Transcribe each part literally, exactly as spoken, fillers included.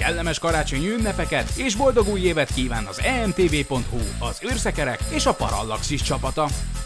kellemes karácsonyi ünnepeket és boldog új évet kíván az e em té vé pont hú, az űrszekerek és a Parallaxis csapata.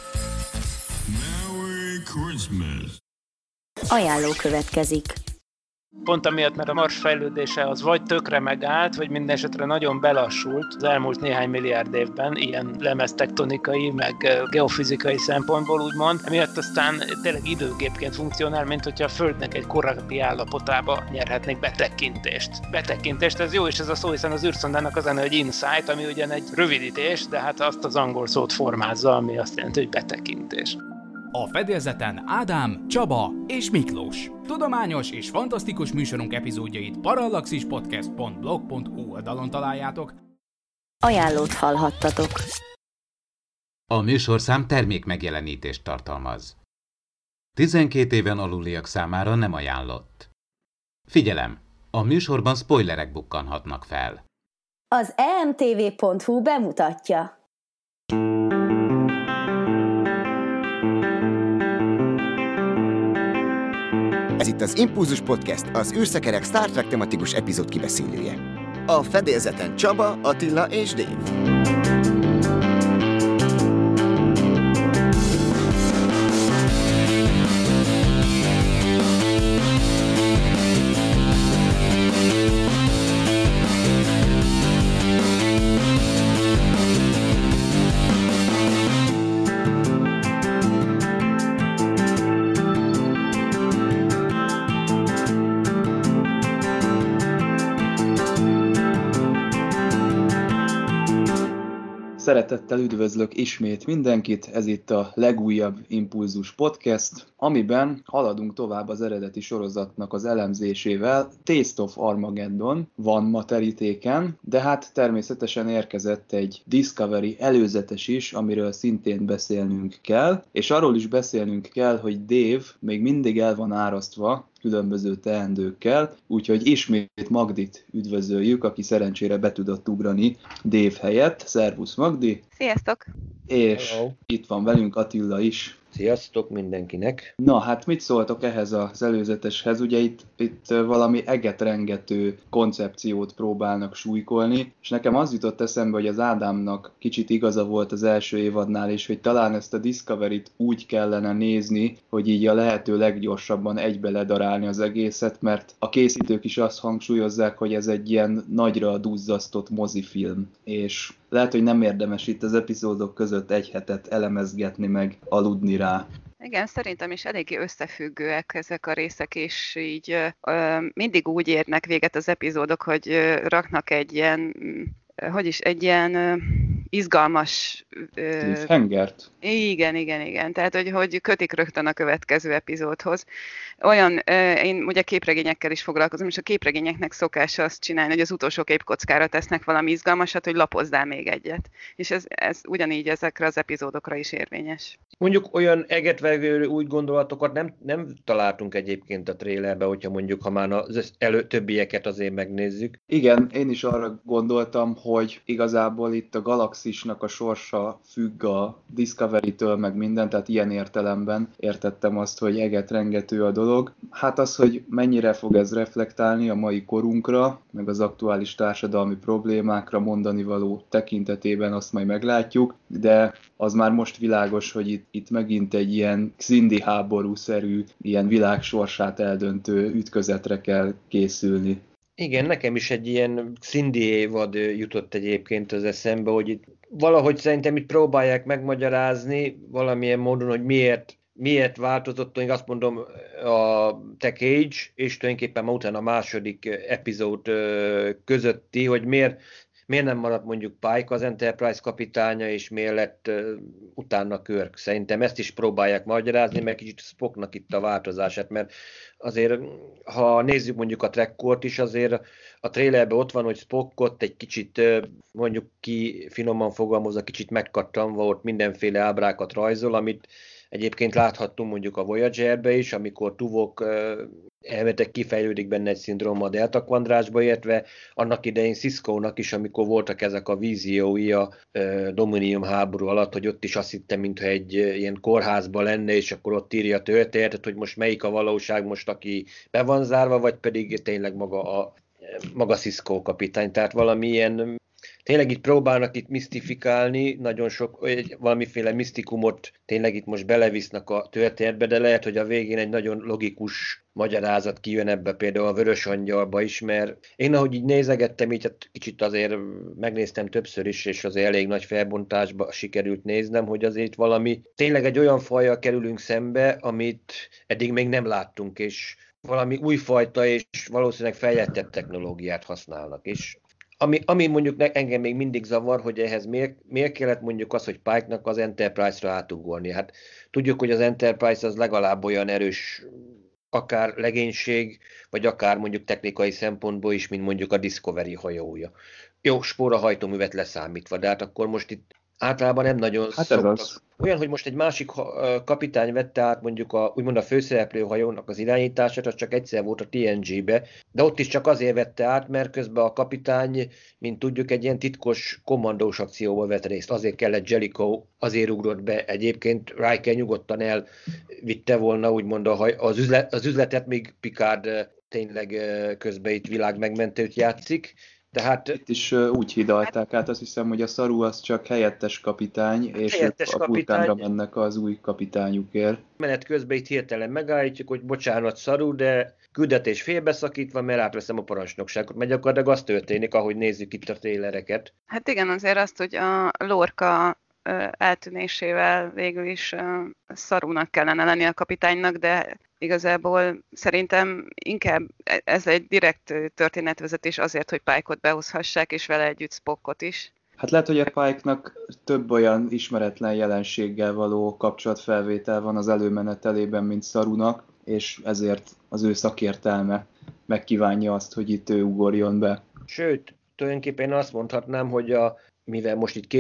Merry Christmas. Ajánló következik. Pont amiatt, mert a Mars fejlődése az vagy tökre megállt, vagy minden esetre nagyon belassult az elmúlt néhány milliárd évben, ilyen lemeztektonikai, meg geofizikai szempontból úgymond. Emiatt aztán tényleg időgépként funkcionál, mint hogyha a Földnek egy korábbi állapotába nyerhetnék betekintést. Betekintést, ez jó, és ez a szó, hiszen az űrszondának az lenne, hogy insight, ami ugyan egy rövidítés, de hát azt az angol szót formázza, ami azt jelenti, hogy betekintés. A fedélzeten Ádám, Csaba és Miklós. Tudományos és fantasztikus műsorunk epizódjait parallaxispodcast pont blog pont hú oldalon találjátok. Ajánlót hallhattatok. A műsorszám termékmegjelenítést tartalmaz. tizenkét éven aluliak számára nem ajánlott. Figyelem! A műsorban spoilerek bukkanhatnak fel. Az e em té vé pont hú bemutatja. Ez itt az Impulzus Podcast, az űrszekerek Star Trek tematikus epizód kibeszélője. A fedélzeten Csaba, Attila és Dave. Szeretettel üdvözlök ismét mindenkit, ez itt a legújabb Impulzus Podcast, amiben haladunk tovább az eredeti sorozatnak az elemzésével. Taste of Armageddon van ma terítéken, de hát természetesen érkezett egy Discovery előzetes is, amiről szintén beszélnünk kell, és arról is beszélnünk kell, hogy Dave még mindig el van árasztva különböző teendőkkel, úgyhogy ismét Magdit üdvözöljük, aki szerencsére be tudott ugrani Dave helyett. Szervusz Magdi! Sziasztok! És Hello. Itt van velünk Attila is. Sziasztok mindenkinek! Na, hát mit szóltok ehhez az előzeteshez? Ugye itt, itt valami egetrengető koncepciót próbálnak súlykolni, és nekem az jutott eszembe, hogy az Ádámnak kicsit igaza volt az első évadnál is, hogy talán ezt a Discovery-t úgy kellene nézni, hogy így a lehető leggyorsabban egybe ledarálni az egészet, mert a készítők is azt hangsúlyozzák, hogy ez egy ilyen nagyra duzzasztott mozifilm, és lehet, hogy nem érdemes itt az epizódok között egy hetet elemezgetni, meg aludni rá. Igen, szerintem is eléggé összefüggőek ezek a részek, és így ö, mindig úgy érnek véget az epizódok, hogy ö, raknak egy ilyen, ö, hogy is, egy ilyen ö, izgalmas... Cliffhangert? Igen, igen, igen. Tehát, hogy, hogy kötik rögtön a következő epizódhoz. Olyan, én ugye képregényekkel is foglalkozom, és a képregényeknek szokása azt csinálni, hogy az utolsó képkockára tesznek valami izgalmasat, hogy lapozzál még egyet. És ez, ez ugyanígy ezekre az epizódokra is érvényes. Mondjuk olyan egetvergő új gondolatokat nem, nem találtunk egyébként a trailerbe, hogyha mondjuk, ha már az elő, többieket azért megnézzük. Igen, én is arra gondoltam, hogy igazából itt a galaxisnak a sorsa függ a Discovery-től, meg minden, tehát ilyen értelemben értettem azt, hogy egetrengető a dolog. Hát az, hogy mennyire fog ez reflektálni a mai korunkra, meg az aktuális társadalmi problémákra mondani való tekintetében, azt majd meglátjuk, de az már most világos, hogy itt, itt megint egy ilyen Xindi háborúszerű, ilyen világ sorsát eldöntő ütközetre kell készülni. Igen, nekem is egy ilyen Xindi évad jutott egyébként az eszembe, hogy itt valahogy szerintem itt próbálják megmagyarázni valamilyen módon, hogy miért, miért változott, én azt mondom, a Tech Age, és tulajdonképpen ma utána a második epizód közötti, hogy miért, miért nem maradt mondjuk Pike az Enterprise kapitánya, és miért lett uh, utána Kirk. Szerintem ezt is próbálják magyarázni, meg kicsit Spocknak itt a változását, mert azért, ha nézzük mondjuk a Trekkort is, azért a trailerben ott van, hogy Spockot egy kicsit, mondjuk ki finoman fogalmazva, kicsit megkattanva, ott mindenféle ábrákat rajzol, amit egyébként láthattunk mondjuk a Voyager-be is, amikor Tuvok elmetek kifejlődik benne egy szindróma a delta kvadrásba, illetve annak idején Sisko-nak is, amikor voltak ezek a víziói a e, Dominium háború alatt, hogy ott is azt hittem, mintha egy e, ilyen kórházban lenne, és akkor ott írja a történetet, hogy most melyik a valóság most, aki be van zárva, vagy pedig tényleg maga a maga Sisko kapitány, tehát valamilyen tényleg itt próbálnak itt misztifikálni, nagyon sok, valamiféle misztikumot tényleg itt most belevisznek a történetbe, de lehet, hogy a végén egy nagyon logikus magyarázat kijön ebbe, például a Vörös Angyalba is, mert én ahogy így nézegettem, így hát kicsit azért megnéztem többször is, és azért elég nagy felbontásba sikerült néznem, hogy azért valami, tényleg egy olyan fajjal kerülünk szembe, amit eddig még nem láttunk, és valami újfajta és valószínűleg fejlettebb technológiát használnak, és Ami, ami mondjuk engem még mindig zavar, hogy ehhez miért, miért kellett mondjuk az, hogy Pike-nak az Enterprise-ra átugorni. Hát tudjuk, hogy az Enterprise az legalább olyan erős, akár legénység, vagy akár mondjuk technikai szempontból is, mint mondjuk a Discovery hajója. Jó, spórahajtóművet leszámítva, de hát akkor most itt általában nem nagyon hát szoktak. Olyan, hogy most egy másik kapitány vette át mondjuk a, úgymond a főszereplő hajónak az irányítását, az csak egyszer volt a té en gé-be, de ott is csak azért vette át, mert közben a kapitány, mint tudjuk, egy ilyen titkos kommandós akcióba vett részt. Azért kellett Jellicoe, azért ugrott be. Egyébként Riker nyugodtan elvitte volna úgymond az, üzlet, az üzletet, míg Picard tényleg közben itt világmegmentőt játszik. Tehát, itt is uh, úgy hidalták át, azt hiszem, hogy a Saru az csak helyettes kapitány, és helyettes a vulkánra mennek az új kapitányukért. Menet közben itt hirtelen megállítjuk, hogy bocsánat Saru, de küldetés félbeszakítva, mert átveszem a parancsnokságot. Mert gyakorlatilag az történik, ahogy nézzük itt a trélereket. Hát igen, azért azt, hogy a Lorca eltűnésével végül is Sarunak kellene lenni a kapitánynak, de igazából szerintem inkább ez egy direkt történetvezetés azért, hogy Pike-ot behozhassák, és vele együtt Spockot is. Hát lehet, hogy a Pike-nak több olyan ismeretlen jelenséggel való kapcsolatfelvétel van az előmenetelében, mint Sarunak, és ezért az ő szakértelme megkívánja azt, hogy itt ő ugorjon be. Sőt, tulajdonképpen azt mondhatnám, hogy a mivel most itt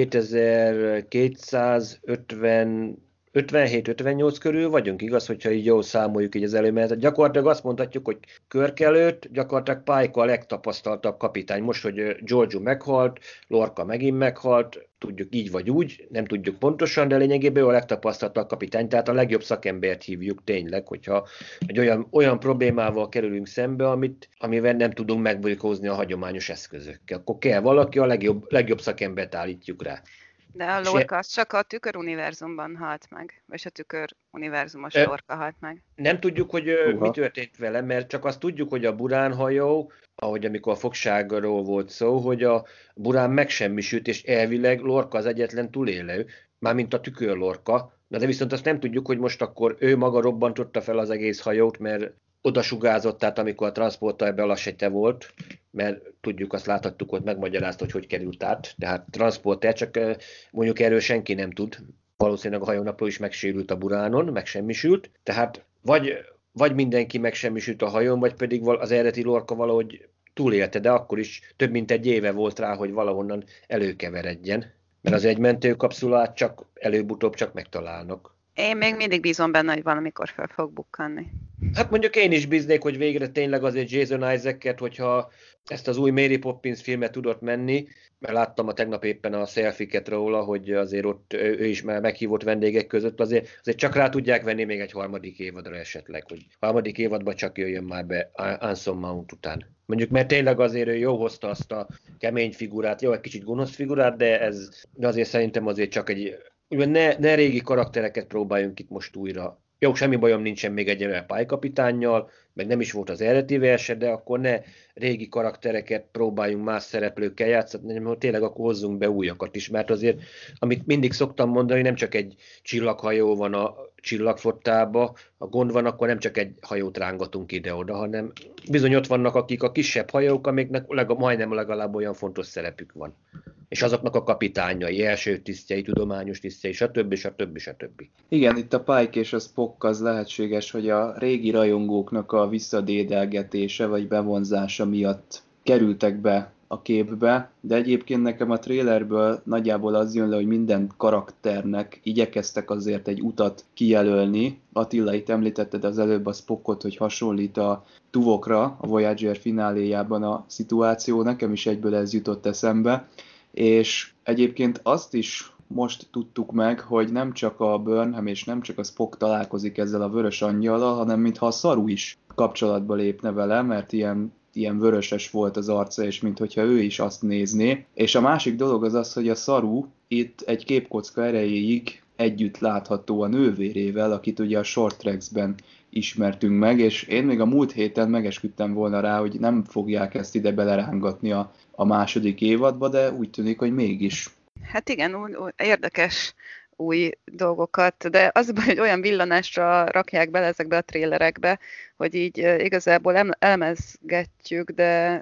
kétezer-kétszázötven ötvenhét ötvennyolc körül vagyunk, igaz, hogyha így jól számoljuk így az előmenetet. Gyakorlatilag azt mondhatjuk, hogy Kirk előtt gyakorlatilag Pike a legtapasztaltabb kapitány. Most, hogy Georgiou meghalt, Lorca megint meghalt, tudjuk így vagy úgy, nem tudjuk pontosan, de lényegében ő a legtapasztaltabb kapitány, tehát a legjobb szakembert hívjuk tényleg, hogyha egy olyan, olyan problémával kerülünk szembe, amit, amivel nem tudunk megbirkózni a hagyományos eszközökkel. Akkor kell valaki, a legjobb, legjobb szakembert állítjuk rá. De a Lorca az csak a Tükör univerzumban halt meg, vagy a Tükör univerzumos e, Lorca halt meg. Nem tudjuk, hogy uh-huh. mi történt vele, mert csak azt tudjuk, hogy a Burán hajó, ahogy amikor a fogságról volt szó, hogy a Burán megsemmisült, és elvileg Lorca az egyetlen túlélő, mármint a Tükör Lorca, de viszont azt nem tudjuk, hogy most akkor ő maga robbantotta fel az egész hajót, mert oda sugázott, tehát amikor a transporter belassete volt, mert tudjuk, azt láthattuk, hogy megmagyarázta, hogy hogy került át, tehát transporter, csak mondjuk erről senki nem tud. Valószínűleg a hajónapló is megsérült a Buránon, megsemmisült, tehát vagy, vagy mindenki megsemmisült a hajón, vagy pedig az eredeti Lorca valahogy túlélte, de akkor is több mint egy éve volt rá, hogy valahonnan előkeveredjen, mert az egy mentőkapszulát csak előbb-utóbb csak megtalálnak. Én még mindig bízom benne, hogy valamikor fel fog bukkanni. Hát mondjuk én is bíznék, hogy végre tényleg azért Jason Isaac-et, hogyha ezt az új Mary Poppins filmet tudott menni, mert láttam a tegnap éppen a selfiket róla, hogy azért ott ő is már meghívott vendégek között, azért, azért csak rá tudják venni még egy harmadik évadra esetleg, hogy harmadik évadban csak jöjjön már be Anson Mount után. Mondjuk, mert tényleg azért ő jó hozta azt a kemény figurát, jó, egy kicsit gonosz figurát, de ez de azért szerintem azért csak egy... Ne, ne régi karaktereket próbáljunk itt most újra. Jó, semmi bajom nincsen még egyenlően Pike kapitánnyal, meg nem is volt az eredeti verse, de akkor ne régi karaktereket próbáljunk más szereplőkkel játszani, hanem tényleg akkor hozzunk be újakat is, mert azért, amit mindig szoktam mondani, nem csak egy csillaghajó van a csillagflottába, a gond van, akkor nem csak egy hajót rángatunk ide-oda, hanem bizony ott vannak akik a kisebb hajók, amiknek leg, majdnem legalább olyan fontos szerepük van. És azoknak a kapitányai, első tisztjei, tudományos tisztjei, stb. stb. stb. Igen, itt a Pike és a Spock az lehetséges, hogy a régi rajongóknak a visszadédelgetése vagy bevonzása miatt kerültek be a képbe, de egyébként nekem a trailerből nagyjából az jön le, hogy minden karakternek igyekeztek azért egy utat kijelölni. Attila, itt említetted az előbb a Spockot, hogy hasonlít a Tuvokra, a Voyager fináléjában a szituáció, nekem is egyből ez jutott eszembe. És egyébként azt is most tudtuk meg, hogy nem csak a Burnham és nem csak a Spock találkozik ezzel a Vörös Angyallal, hanem mintha a Saru is kapcsolatba lépne vele, mert ilyen ilyen vöröses volt az arca, és minthogyha ő is azt nézné. És a másik dolog az az, hogy a Saru itt egy képkocka erejéig együtt látható a nővérével, akit ugye a Short Tracks-ben ismertünk meg, és én még a múlt héten megesküdtem volna rá, hogy nem fogják ezt ide belerángatni a, a második évadba, de úgy tűnik, hogy mégis. Hát igen, úgy, úgy, érdekes új dolgokat, de az baj, hogy olyan villanásra rakják bele ezekbe a trélerekbe, hogy így igazából elemezgetjük, de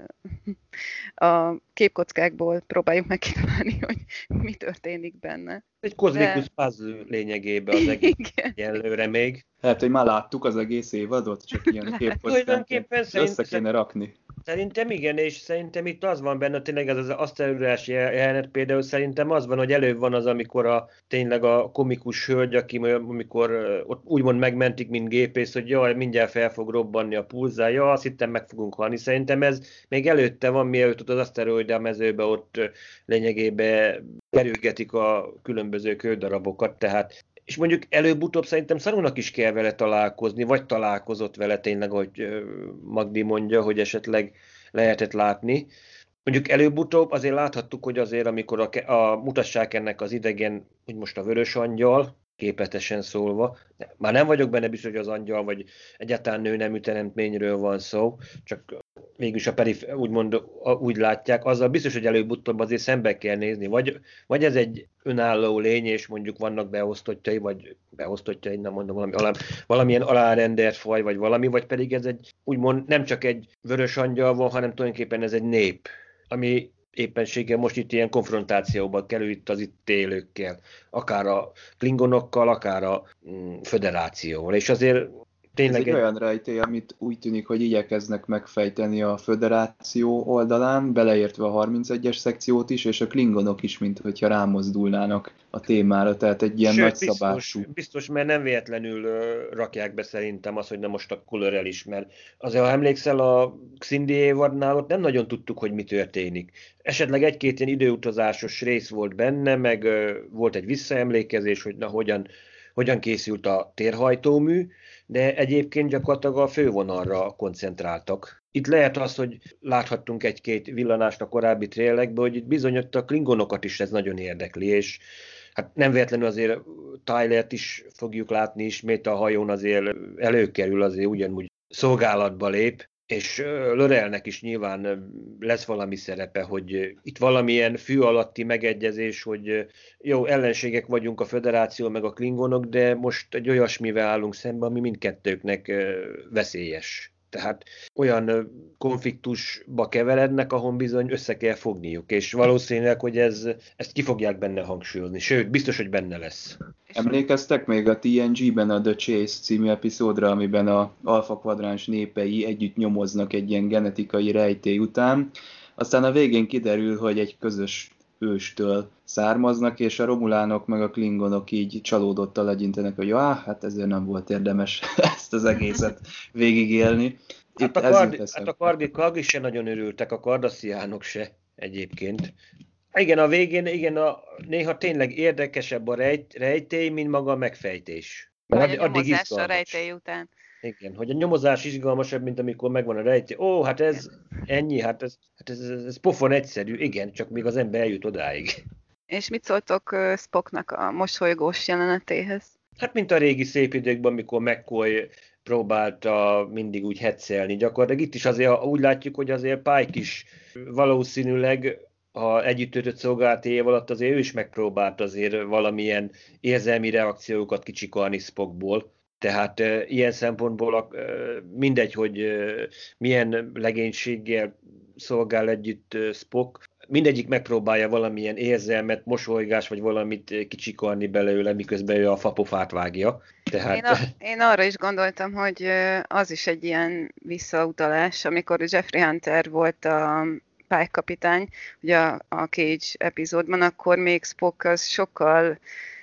a képkockákból próbáljuk meg kitalálni, hogy mi történik benne. Egy kozmikus de... puzzle lényegében az egész egyelőre még. Hát, hogy már láttuk az egész évadot, csak ilyen képkockák össze kéne rakni. Szerintem igen, és szerintem itt az van benne, tényleg ez az asztalúrási jelenet például szerintem az van, hogy előbb van az, amikor a, tényleg a komikus hölgy, aki amikor ott úgymond megmentik, mint gépész, hogy jaj, mindjárt fel fog robbanni a pulzája, azt hittem meg fogunk halni. Szerintem ez még előtte van, mielőtt ott az aszteroida mezőbe ott lényegében kerülgetik a különböző kődarabokat, tehát és mondjuk előbb-utóbb szerintem Sarunak is kell vele találkozni, vagy találkozott vele tényleg, hogy Magdi mondja, hogy esetleg lehetett látni. Mondjuk előbb-utóbb azért láthattuk, hogy azért, amikor a, a, mutassák ennek az idegen, hogy most a vörös angyal, képletesen szólva, már nem vagyok benne biztos, hogy az angyal, vagy egyáltalán nőnemű teremtményről van szó, csak mégis a perif úgymond úgy látják, azzal biztos, hogy előbb-utóbb azért szembe kell nézni, vagy, vagy ez egy önálló lény, és mondjuk vannak beosztottjai, vagy beosztottjai, nem mondom, valami, alá, valamilyen alárendelt faj, vagy valami, vagy pedig ez egy, úgymond nem csak egy vörös angyal van, hanem tulajdonképpen ez egy nép, ami éppenséggel most itt ilyen konfrontációba kerül itt az itt élőkkel, akár a klingonokkal, akár a mm, föderációval, és azért tényleg ez egy, egy olyan rejtély, amit úgy tűnik, hogy igyekeznek megfejteni a föderáció oldalán, beleértve a harmincegyes szekciót is, és a klingonok is, mint hogyha rámozdulnának a témára, tehát egy ilyen Sőt, nagyszabású. Biztos, biztos, mert nem véletlenül uh, rakják be szerintem azt, hogy nem most a Kulörrel is, mert azért, ha emlékszel, a Xindi évadnál ott nem nagyon tudtuk, hogy mi történik. Esetleg egy-két ilyen időutazásos rész volt benne, meg uh, volt egy visszaemlékezés, hogy na, hogyan, hogyan készült a térhajtómű, de egyébként gyakorlatilag a fővonalra koncentráltak. Itt lehet az, hogy láthattunk egy-két villanást a korábbi trailerekből, hogy itt bizony ott a klingonokat is ez nagyon érdekli, és hát nem véletlenül azért Tylert is fogjuk látni ismét a hajón, azért előkerül, azért ugyanúgy szolgálatba lép, és Lorelnek is nyilván lesz valami szerepe, hogy itt valamilyen fű alatti megegyezés, hogy jó, ellenségek vagyunk a föderáció meg a klingonok, de most egy olyasmivel állunk szembe, ami mindkettőknek veszélyes. Tehát olyan konfliktusba keverednek, ahol bizony össze kell fogniuk, és valószínűleg, hogy ez, ezt ki fogják benne hangsúlyozni, sőt, biztos, hogy benne lesz. Emlékeztek még a té en gé-ben a The Chase című epizódra, amiben a Alpha Quadráns népei együtt nyomoznak egy ilyen genetikai rejtély után, aztán a végén kiderül, hogy egy közös őstől származnak, és a romulánok meg a klingonok így csalódottan legyintenek, hogy ah, hát ezért nem volt érdemes ezt az egészet végigélni. Hát a, kardi, hát a kardi, kardi se nagyon örültek, a kardasziánok se egyébként. Igen, a végén igen, a, néha tényleg érdekesebb a rejt, rejtély, mint maga a megfejtés. Vagy a nyomozás a rejtély után. Igen, hogy a nyomozás izgalmasabb, mint amikor megvan a rejtély. Ó, hát ez ennyi, hát ez, hát ez, ez, ez pofon egyszerű. Igen, csak még az ember eljut odáig. És mit szóltok uh, Spocknak a mosolygós jelenetéhez? Hát mint a régi szép időkben, amikor McCoy próbálta mindig úgy heccelni. Gyakorlatilag itt is azért úgy látjuk, hogy azért Pike is valószínűleg, ha együtt töltött szolgálati év alatt, azért ő is megpróbált azért valamilyen érzelmi reakciókat kicsikarni Spockból. Tehát e, ilyen szempontból e, mindegy, hogy e, milyen legénységgel szolgál együtt e, Spock, mindegyik megpróbálja valamilyen érzelmet, mosolygás, vagy valamit kicsikarni belőle, miközben ő a fapofát vágja. Tehát... Én, a, én arra is gondoltam, hogy az is egy ilyen visszautalás, amikor Jeffrey Hunter volt a Pike kapitány, ugye a, a Cage epizódban, akkor még Spock az sokkal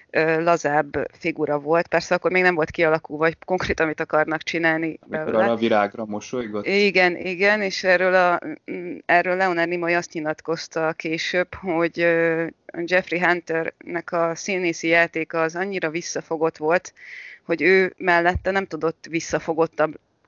lazább figura volt. Persze akkor még nem volt kialakulva, vagy konkrét, amit akarnak csinálni belőle. Mikor a virágra mosolygott? Igen, igen, és erről, a, erről Leonard Nimoy azt nyilatkozta később, hogy Jeffrey Hunternek a színészi játéka az annyira visszafogott volt, hogy ő mellette nem tudott visszafogottabb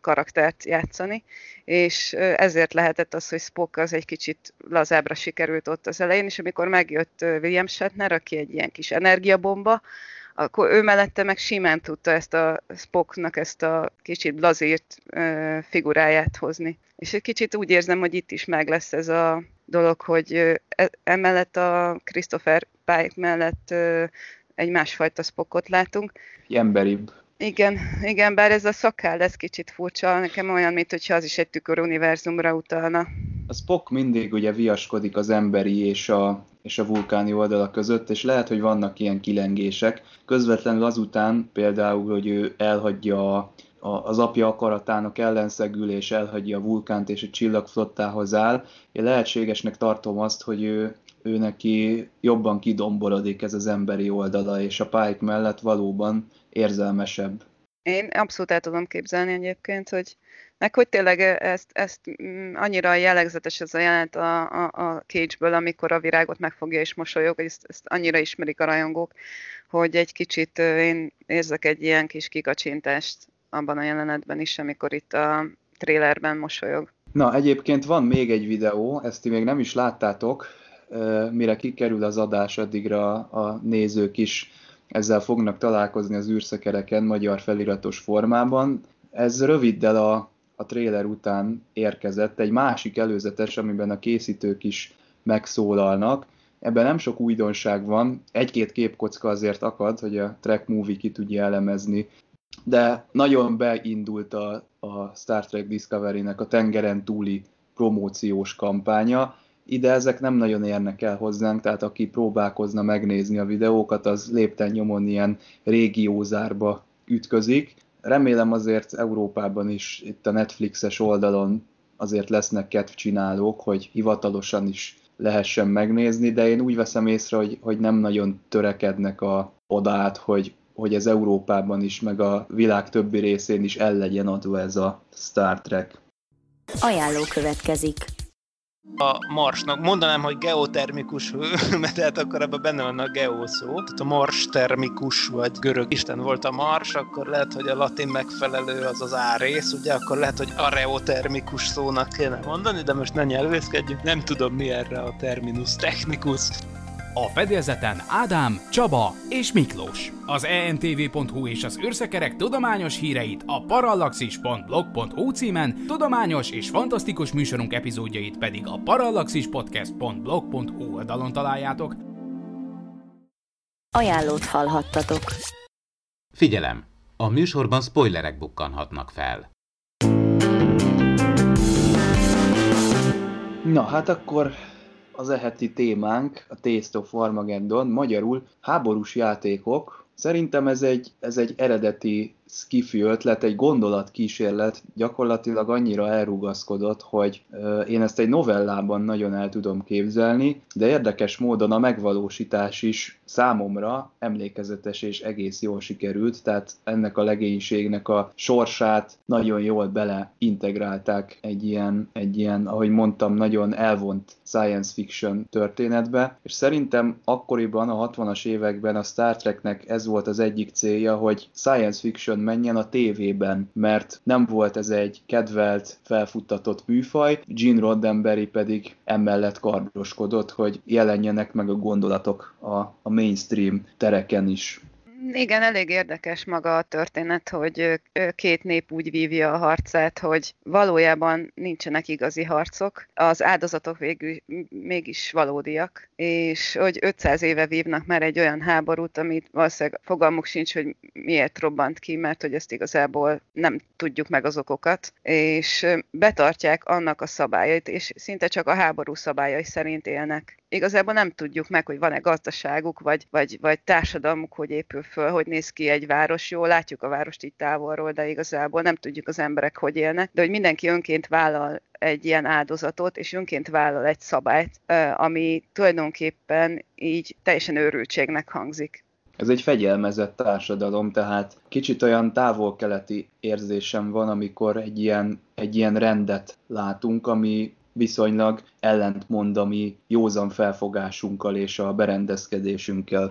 karaktert játszani, és ezért lehetett az, hogy Spock az egy kicsit lazábbra sikerült ott az elején, és amikor megjött William Shatner, aki egy ilyen kis energiabomba, akkor ő mellette meg simán tudta ezt a Spocknak ezt a kicsit blazírt uh, figuráját hozni. És egy kicsit úgy érzem, hogy itt is meg lesz ez a dolog, hogy uh, emellett a Christopher Pike mellett uh, egy másfajta Spockot látunk. Egy emberibb. Igen, igen, bár ez a szakáll lesz kicsit furcsa, nekem olyan, mint hogyha az is egy tüköruniverzumra utalna. A Spock mindig ugye viaskodik az emberi és a, és a vulkáni oldala között, és lehet, hogy vannak ilyen kilengések. Közvetlenül azután például, hogy ő elhagyja a, a, az apja akaratának ellenszegül, és elhagyja a vulkánt, és a csillagflottához áll. Én lehetségesnek tartom azt, hogy ő, ő neki jobban kidomborodik ez az emberi oldala, és a Pike mellett valóban érzelmesebb. Én abszolút el tudom képzelni egyébként, hogy meg hogy tényleg ezt, ezt annyira jellegzetes ez a jelenet a, a, a Cage-ből, amikor a virágot megfogja és mosolyog, ezt, ezt annyira ismerik a rajongók, hogy egy kicsit én érzek egy ilyen kis kikacsintást abban a jelenetben is, amikor itt a trailerben mosolyog. Na, egyébként van még egy videó, ezt ti még nem is láttátok, mire kikerül az adás, addigra a nézők is ezzel fognak találkozni az űrszekereken magyar feliratos formában. Ez röviddel a, a trailer után érkezett, egy másik előzetes, amiben a készítők is megszólalnak. Ebben nem sok újdonság van, egy-két képkocka azért akad, hogy a Trek Movie ki tudja elemezni, de nagyon beindult a, a Star Trek Discovery-nek a tengeren túli promóciós kampánya. Ide ezek nem nagyon érnek el hozzánk, tehát aki próbálkozna megnézni a videókat, az lépten nyomon ilyen régiózárba ütközik. Remélem azért Európában is, itt a Netflixes oldalon azért lesznek kedvcsinálók, hogy hivatalosan is lehessen megnézni, de én úgy veszem észre, hogy, hogy nem nagyon törekednek a, odaát, hogy, hogy ez Európában is, meg a világ többi részén is el legyen adva ez a Star Trek. Ajánló következik. A Marsnak, mondanám, hogy geotermikus hő, mert tehát akkor ebben benne van a geo szó. Tehát a Mars termikus, vagy görög isten volt a Mars, akkor lehet, hogy a latin megfelelő az az A rész, ugye, akkor lehet, hogy areotermikus szónak kéne mondani, de most ne nyelvészkedjünk, nem tudom mi erre a terminus technicus. A fedélzeten Ádám, Csaba és Miklós. Az e en té vé pont hu és az űrszekerek tudományos híreit a parallaxis pont blog pont hu címen, tudományos és fantasztikus műsorunk epizódjait pedig a parallaxispodcast pont blog pont hu oldalon találjátok. Ajánlót hallhattatok. Figyelem! A műsorban spoilerek bukkanhatnak fel. Na, hát akkor az eheti témánk, a Taste of Armageddon, magyarul háborús játékok. Szerintem ez egy, ez egy eredeti sci-fi ötlet, egy gondolatkísérlet, gyakorlatilag annyira elrugaszkodott, hogy euh, én ezt egy novellában nagyon el tudom képzelni, de érdekes módon a megvalósítás is számomra emlékezetes és egész jól sikerült, tehát ennek a legénységnek a sorsát nagyon jól beleintegrálták egy ilyen, egy ilyen, ahogy mondtam, nagyon elvont science fiction történetbe, és szerintem akkoriban, a hatvanas években a Star Treknek ez volt az egyik célja, hogy science fiction menjen a tévében, mert nem volt ez egy kedvelt, felfuttatott műfaj, Gene Roddenberry pedig emellett kardoskodott, hogy jelenjenek meg a gondolatok a, a mainstream tereken is. Igen, elég érdekes maga a történet, hogy két nép úgy vívja a harcát, hogy valójában nincsenek igazi harcok, az áldozatok végül mégis valódiak, és hogy ötszáz éve vívnak már egy olyan háborút, amit valószínűleg fogalmuk sincs, hogy miért robbant ki, mert hogy ezt igazából nem tudjuk meg az okokat, és betartják annak a szabályait, és szinte csak a háború szabályai szerint élnek. Igazából nem tudjuk meg, hogy van-e gazdaságuk, vagy, vagy, vagy társadalmuk, hogy épül föl, hogy néz ki egy város. Jó, látjuk a várost így távolról, de igazából nem tudjuk az emberek, hogy élnek. De hogy mindenki önként vállal egy ilyen áldozatot, és önként vállal egy szabályt, ami tulajdonképpen így teljesen őrültségnek hangzik. Ez egy fegyelmezett társadalom, tehát kicsit olyan távol-keleti érzésem van, amikor egy ilyen, egy ilyen rendet látunk, ami viszonylag ellentmond a mi józan felfogásunkkal és a berendezkedésünkkel.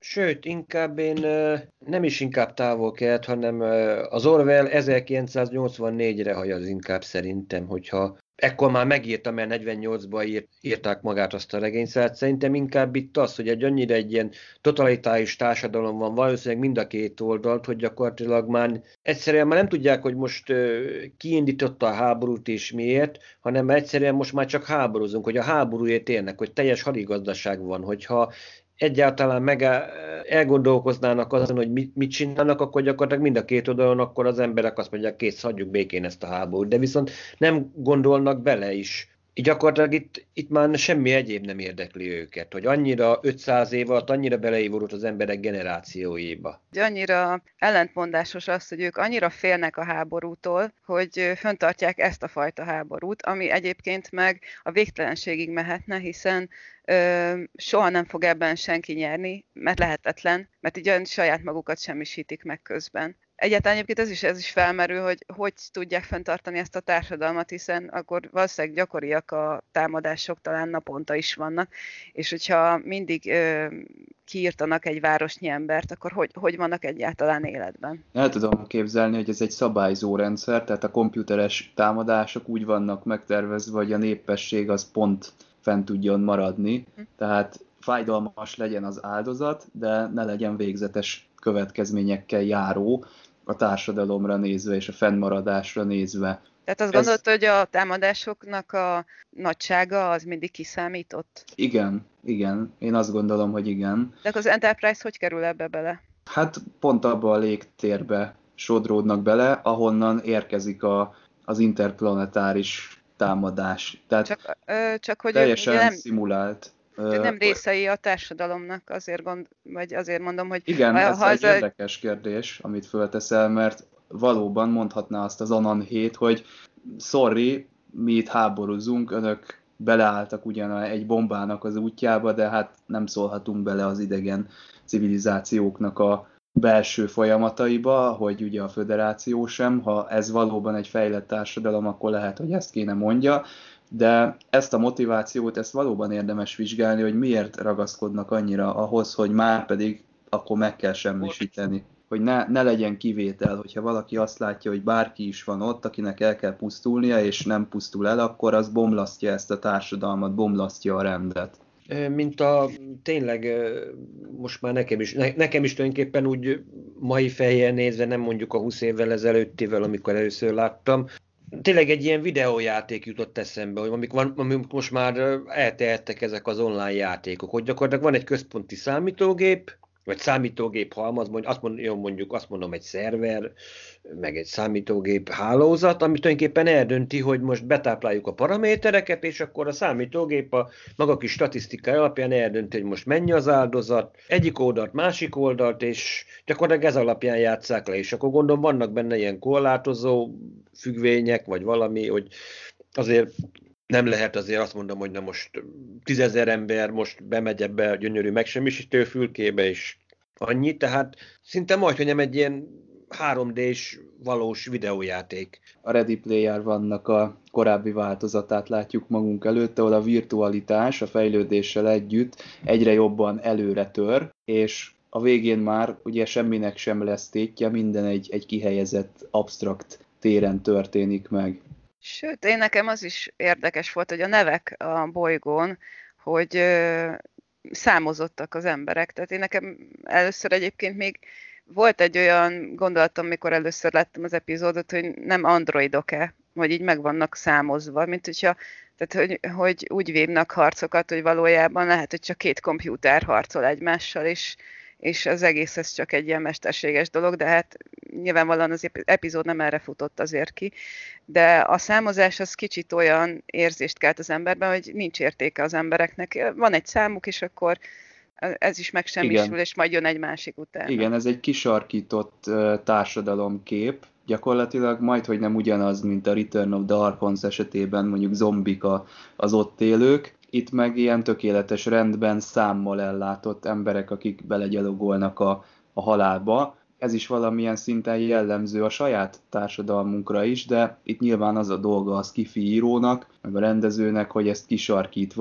Sőt, inkább én nem is inkább távol kelt, hanem az Orwell ezerkilencszáznyolcvannégyre hajaz inkább szerintem, hogyha ekkor már megírtam, mert negyvennyolcban írt, írták magát azt a regényt, szóval szerintem inkább itt az, hogy egy annyira egy ilyen totalitárius társadalom van, valószínűleg mind a két oldalt, hogy gyakorlatilag már egyszerűen már nem tudják, hogy most uh, kiindította a háborút és miért, hanem egyszerűen most már csak háborúzunk, hogy a háborúért élnek, hogy teljes hadigazdaság van, hogyha egyáltalán meg elgondolkoznának azon, hogy mit, mit csinálnak, akkor gyakorlatilag mind a két oldalon, akkor az emberek azt mondják, kész, hagyjuk békén ezt a háborút. De viszont nem gondolnak bele is. Így gyakorlatilag itt, itt már semmi egyéb nem érdekli őket, hogy annyira ötszáz év alatt annyira beleívódott az emberek generációiba. Annyira ellentmondásos az, hogy ők annyira félnek a háborútól, hogy fenntartják ezt a fajta háborút, ami egyébként meg a végtelenségig mehetne, hiszen ö, soha nem fog ebben senki nyerni, mert lehetetlen, mert így saját magukat semmisítik meg közben. Egyáltalán egyébként ez is, ez is felmerül, hogy hogy tudják fenntartani ezt a társadalmat, hiszen akkor valószínűleg gyakoriak a támadások, talán naponta is vannak, és hogyha mindig ö, kiírtanak egy városnyi embert, akkor hogy, hogy vannak egyáltalán életben? El tudom képzelni, hogy ez egy szabályzó rendszer, tehát a komputeres támadások úgy vannak megtervezve, hogy a népesség az pont fent tudjon maradni, hm. tehát fájdalmas legyen az áldozat, de ne legyen végzetes következményekkel járó a társadalomra nézve és a fennmaradásra nézve. Tehát azt Ez... gondolta, hogy a támadásoknak a nagysága az mindig kiszámított? Igen, igen. Én azt gondolom, hogy igen. De akkor az Enterprise hogy kerül ebbe bele? Hát pont abba a légtérbe sodródnak bele, ahonnan érkezik a, az interplanetáris támadás. Tehát csak, ö, csak hogy teljesen nem... szimulált. De nem részei a társadalomnak, azért, gond, vagy azért mondom, hogy... Igen, ez ha egy ez érdekes kérdés, amit fölteszel, mert valóban mondhatná azt az Anan hét, hogy sorry, mi itt háborúzunk, önök beleálltak ugyan egy bombának az útjába, de hát nem szólhatunk bele az idegen civilizációknak a belső folyamataiba, hogy ugye a föderáció sem, ha ez valóban egy fejlett társadalom, akkor lehet, hogy ezt kéne mondja, de ezt a motivációt, ezt valóban érdemes vizsgálni, hogy miért ragaszkodnak annyira ahhoz, hogy már pedig akkor meg kell semmisíteni. Hogy ne, ne legyen kivétel, hogyha valaki azt látja, hogy bárki is van ott, akinek el kell pusztulnia, és nem pusztul el, akkor az bomlasztja ezt a társadalmat, bomlasztja a rendet. Mint a tényleg, most már nekem is, nekem is tulajdonképpen úgy mai fejjel nézve, nem mondjuk a húsz évvel ezelőttivel, amikor először láttam, tényleg egy ilyen videójáték jutott eszembe, hogy amik, van, amik most már eltehettek ezek az online játékok, hogy gyakorlatilag van egy központi számítógép, vagy számítógép halmaz, azt mondom, mondjuk azt mondom egy szerver, meg egy számítógép hálózat, ami tulajdonképpen eldönti, hogy most betápláljuk a paramétereket, és akkor a számítógép a maga kis statisztikai alapján eldönti, hogy most mennyi az áldozat, egyik oldalt, másik oldalt, és gyakorlatilag ez alapján játsszák le, és akkor gondolom vannak benne ilyen korlátozó függvények, vagy valami, hogy azért nem lehet azért azt mondom, hogy na most tízezer ember most bemegy ebbe a gyönyörű megsemmisítő fülkébe, és annyi, tehát szinte majdhogy nem egy ilyen három dés valós videójáték. A Ready Player One-nak a korábbi változatát látjuk magunk előtt, ahol a virtualitás a fejlődéssel együtt egyre jobban előre tör, és a végén már ugye semminek sem lesz tétje, minden egy, egy kihelyezett, absztrakt téren történik meg. Sőt, én nekem az is érdekes volt, hogy a nevek a bolygón, hogy ö, számozottak az emberek. Tehát én nekem először egyébként még volt egy olyan gondolatom, mikor először láttam az epizódot, hogy nem androidok-e, hogy így meg vannak számozva, mint hogyha, tehát hogy, hogy úgy vívnak harcokat, hogy valójában lehet, hogy csak két kompjúter harcol egymással, és és az egész ez csak egy ilyen mesterséges dolog, de hát nyilvánvalóan az epizód nem erre futott azért ki, de a számozás az kicsit olyan érzést kelt az emberben, hogy nincs értéke az embereknek. Van egy számuk, és akkor ez is megsemmisül, igen. És majd jön egy másik után. Igen, ez egy kisarkított társadalomkép, gyakorlatilag majd, hogy nem ugyanaz, mint a Return of the Archons esetében, mondjuk zombik az ott élők, itt meg ilyen tökéletes rendben számmal ellátott emberek, akik belegyalogolnak a, a halálba. Ez is valamilyen szinten jellemző a saját társadalmunkra is, de itt nyilván az a dolga a sci-fi írónak, meg a rendezőnek, hogy ezt kisarkítva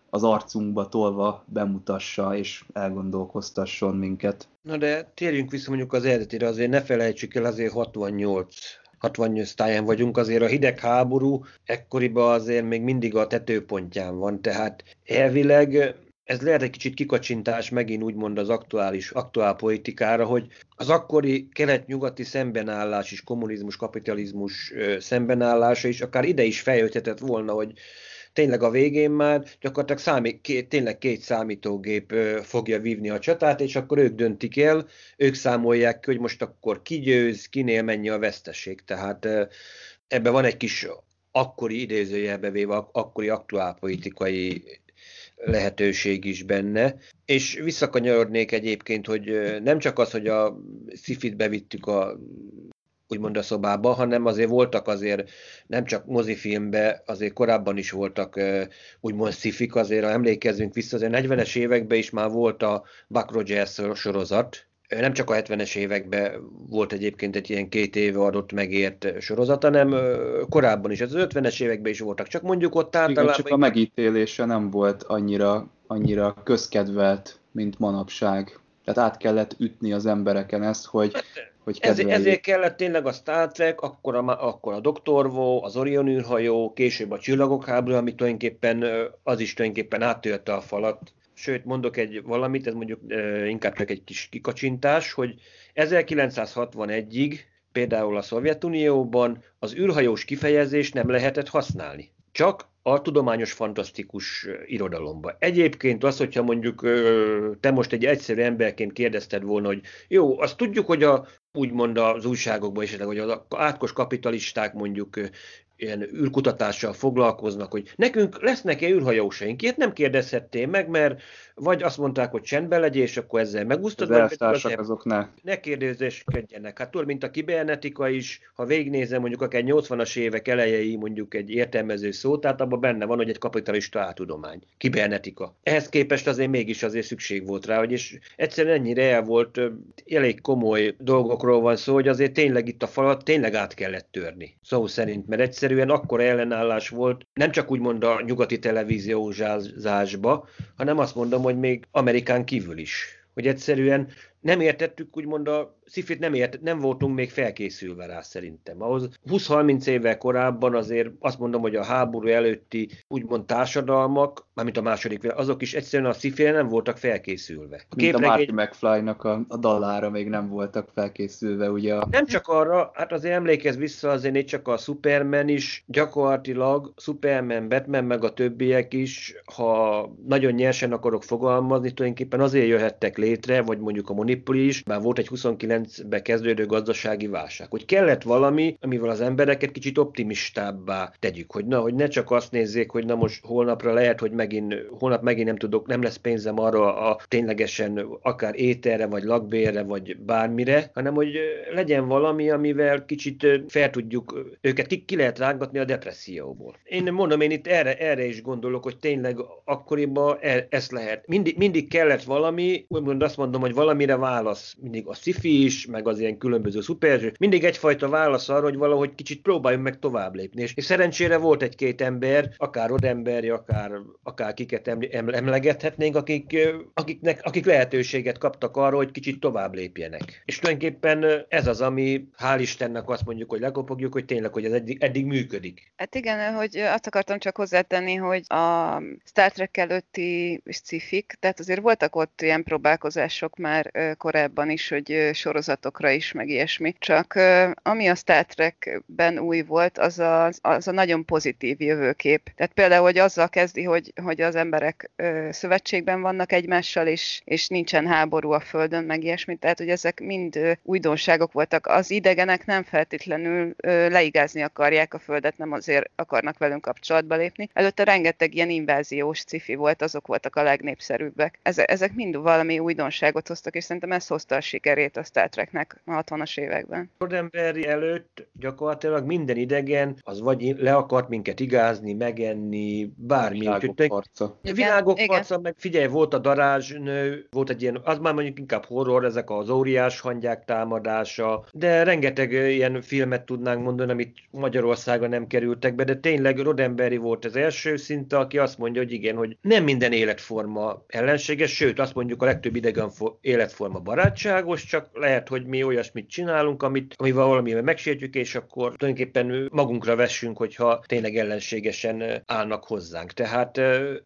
az arcunkba tolva bemutassa és elgondolkoztasson minket. Na de térjünk vissza mondjuk az eredetire, azért ne felejtsük el, azért hatvannyolc hatvannyolc táján vagyunk, azért a hidegháború ekkoriban azért még mindig a tetőpontján van, tehát elvileg ez lehet egy kicsit kikacsintás megint úgymond az aktuális, aktuál politikára, hogy az akkori kelet-nyugati szembenállás és kommunizmus, kapitalizmus szembenállása is akár ide is feljöhetett volna, hogy tényleg a végén már gyakorlatilag számít, két, tényleg két számítógép fogja vívni a csatát, és akkor ők döntik el, ők számolják ki, hogy most akkor ki győz, kinél mennyi a veszteség. Tehát ebben van egy kis akkori idézőjelbe véve, akkori aktuálpolitikai lehetőség is benne. És visszakanyarodnék egyébként, hogy nem csak az, hogy a szifit bevittük a úgymond a szobába, hanem azért voltak azért, nem csak mozifilmben, azért korábban is voltak úgymond szifik, azért ha emlékezzünk vissza, azért negyvenes években is már volt a Buck Rogers sorozat, nem csak a hetvenes években volt egyébként egy ilyen két éve adott megért sorozat, hanem korábban is, az ötvenes években is voltak, csak mondjuk ott általában... Igen, csak a megítélése nem volt annyira, annyira közkedvelt, mint manapság. Tehát át kellett ütni az embereken ezt, hogy, hogy kedveljék. Ez, ezért kellett tényleg a Star Trek, akkor a, akkor a doktor Who, az Orion űrhajó, később a Csillagok háború, ami tulajdonképpen az is tulajdonképpen áttörte a falat. Sőt, mondok egy valamit, ez mondjuk uh, inkább csak egy kis kikacsintás, hogy ezerkilencszázhatvanegyig például a Szovjetunióban az űrhajós kifejezést nem lehetett használni. Csak a tudományos fantasztikus irodalomba. Egyébként az, hogyha mondjuk te most egy egyszerű emberként kérdezted volna, hogy jó, azt tudjuk, hogy a, úgymond az újságokban is, hogy az átkos kapitalisták mondjuk ilyen űrkutatással foglalkoznak, hogy nekünk lesznek-e űrhajósaink? Ilyet nem kérdezhettél meg, mert vagy azt mondták, hogy csendben legyél, és akkor ezzel megúsztad. Az elvtársak azok ne. Ne kérdezéskedjenek. Hát tudod, mint a kibernetika is, ha végignézem mondjuk akár nyolcvanas évek elejei mondjuk egy értelmező szó, tehát abban benne van, hogy egy kapitalista áltudomány. Kibernetika. Ehhez képest azért mégis azért szükség volt rá, hogy és egyszerűen ennyire el volt, elég komoly dolgokról van szó, hogy azért tényleg itt a falat tényleg át kellett törni. Szó szerint, mert egyszerűen akkora ellenállás volt, nem csak úgymond a nyugati televíziózásba, hanem azt mondom, hogy még Amerikán kívül is. Hogy egyszerűen nem értettük, úgymond a szifit nem, ért, nem voltunk még felkészülve rá szerintem. Ahhoz húsz-harminc évvel korábban azért azt mondom, hogy a háború előtti úgymond társadalmak, mármint a második világ, azok is egyszerűen a szifire nem voltak felkészülve. A Mint képregény... a Marty McFly-nak a, a dallára még nem voltak felkészülve, ugye? A... Nem csak arra, hát azért emlékezz vissza, azért még csak a Superman is, gyakorlatilag Superman, Batman meg a többiek is, ha nagyon nyersen akarok fogalmazni, tulajdonképpen azért jöhettek létre, vagy mondjuk a Monopoly is, bár volt egy huszonkilencben kezdődő gazdasági válság, hogy kellett valami, amivel az embereket kicsit optimistábbá tegyük, hogy na, hogy ne csak azt nézzék, hogy na most holnapra lehet, hogy megint, holnap megint nem tudok, nem lesz pénzem arra a ténylegesen akár ételre, vagy lakbérre, vagy bármire, hanem hogy legyen valami, amivel kicsit fel tudjuk, őket ki, ki lehet rángatni a depresszióból. Én mondom, én itt erre, erre is gondolok, hogy tényleg akkoriban e, ezt lehet. Mindig, mindig kellett valami, úgymond azt mondom, hogy valamire válasz, mindig a sci-fi is, meg az ilyen különböző szuper, mindig egyfajta válasz arra, hogy valahogy kicsit próbáljunk meg tovább lépni. És szerencsére volt egy-két ember, akár Rodemberi, akár, akár kiket emlegethetnénk, akik, akiknek, akik lehetőséget kaptak arra, hogy kicsit tovább lépjenek. És tulajdonképpen ez az, ami hál' Istennek azt mondjuk, hogy lekopogjuk, hogy tényleg, hogy ez eddig, eddig működik. Hát igen, hogy azt akartam csak hozzátenni, hogy a Star Trek előtti sci-fik, tehát azért voltak ott ilyen próbálkozások már korábban is, hogy sorozatokra is, meg ilyesmi. Csak ami a Star Trekben új volt, az a, az a nagyon pozitív jövőkép. Tehát például, hogy azzal kezdi, hogy, hogy az emberek szövetségben vannak egymással, és, és nincsen háború a Földön, meg ilyesmi. Tehát, hogy ezek mind újdonságok voltak. Az idegenek nem feltétlenül leigázni akarják a Földet, nem azért akarnak velünk kapcsolatba lépni. Előtte rengeteg ilyen inváziós sci-fi volt, azok voltak a legnépszerűbbek. Ezek, ezek mind valami újdonságot hoztak, és szerintem ez hozta a sikerét a Star Treknek a hatvanas években. Roddenberry előtt gyakorlatilag minden idegen az vagy le akart minket igázni, megenni, bármi. Világok harca. Világok harca, meg figyelj, volt a darázsnő, volt egy ilyen, az már mondjuk inkább horror, ezek az óriás hangyák támadása, de rengeteg ilyen filmet tudnánk mondani, amit Magyarországon nem kerültek be, de tényleg Roddenberry volt az első szinte, aki azt mondja, hogy igen, hogy nem minden életforma ellenséges, sőt azt mondjuk a legtöbb idegen életforma barátságos, csak lehet, hogy mi olyasmit csinálunk, amit, amivel valamivel megsértjük, és akkor tulajdonképpen magunkra vessünk, hogyha tényleg ellenségesen állnak hozzánk. Tehát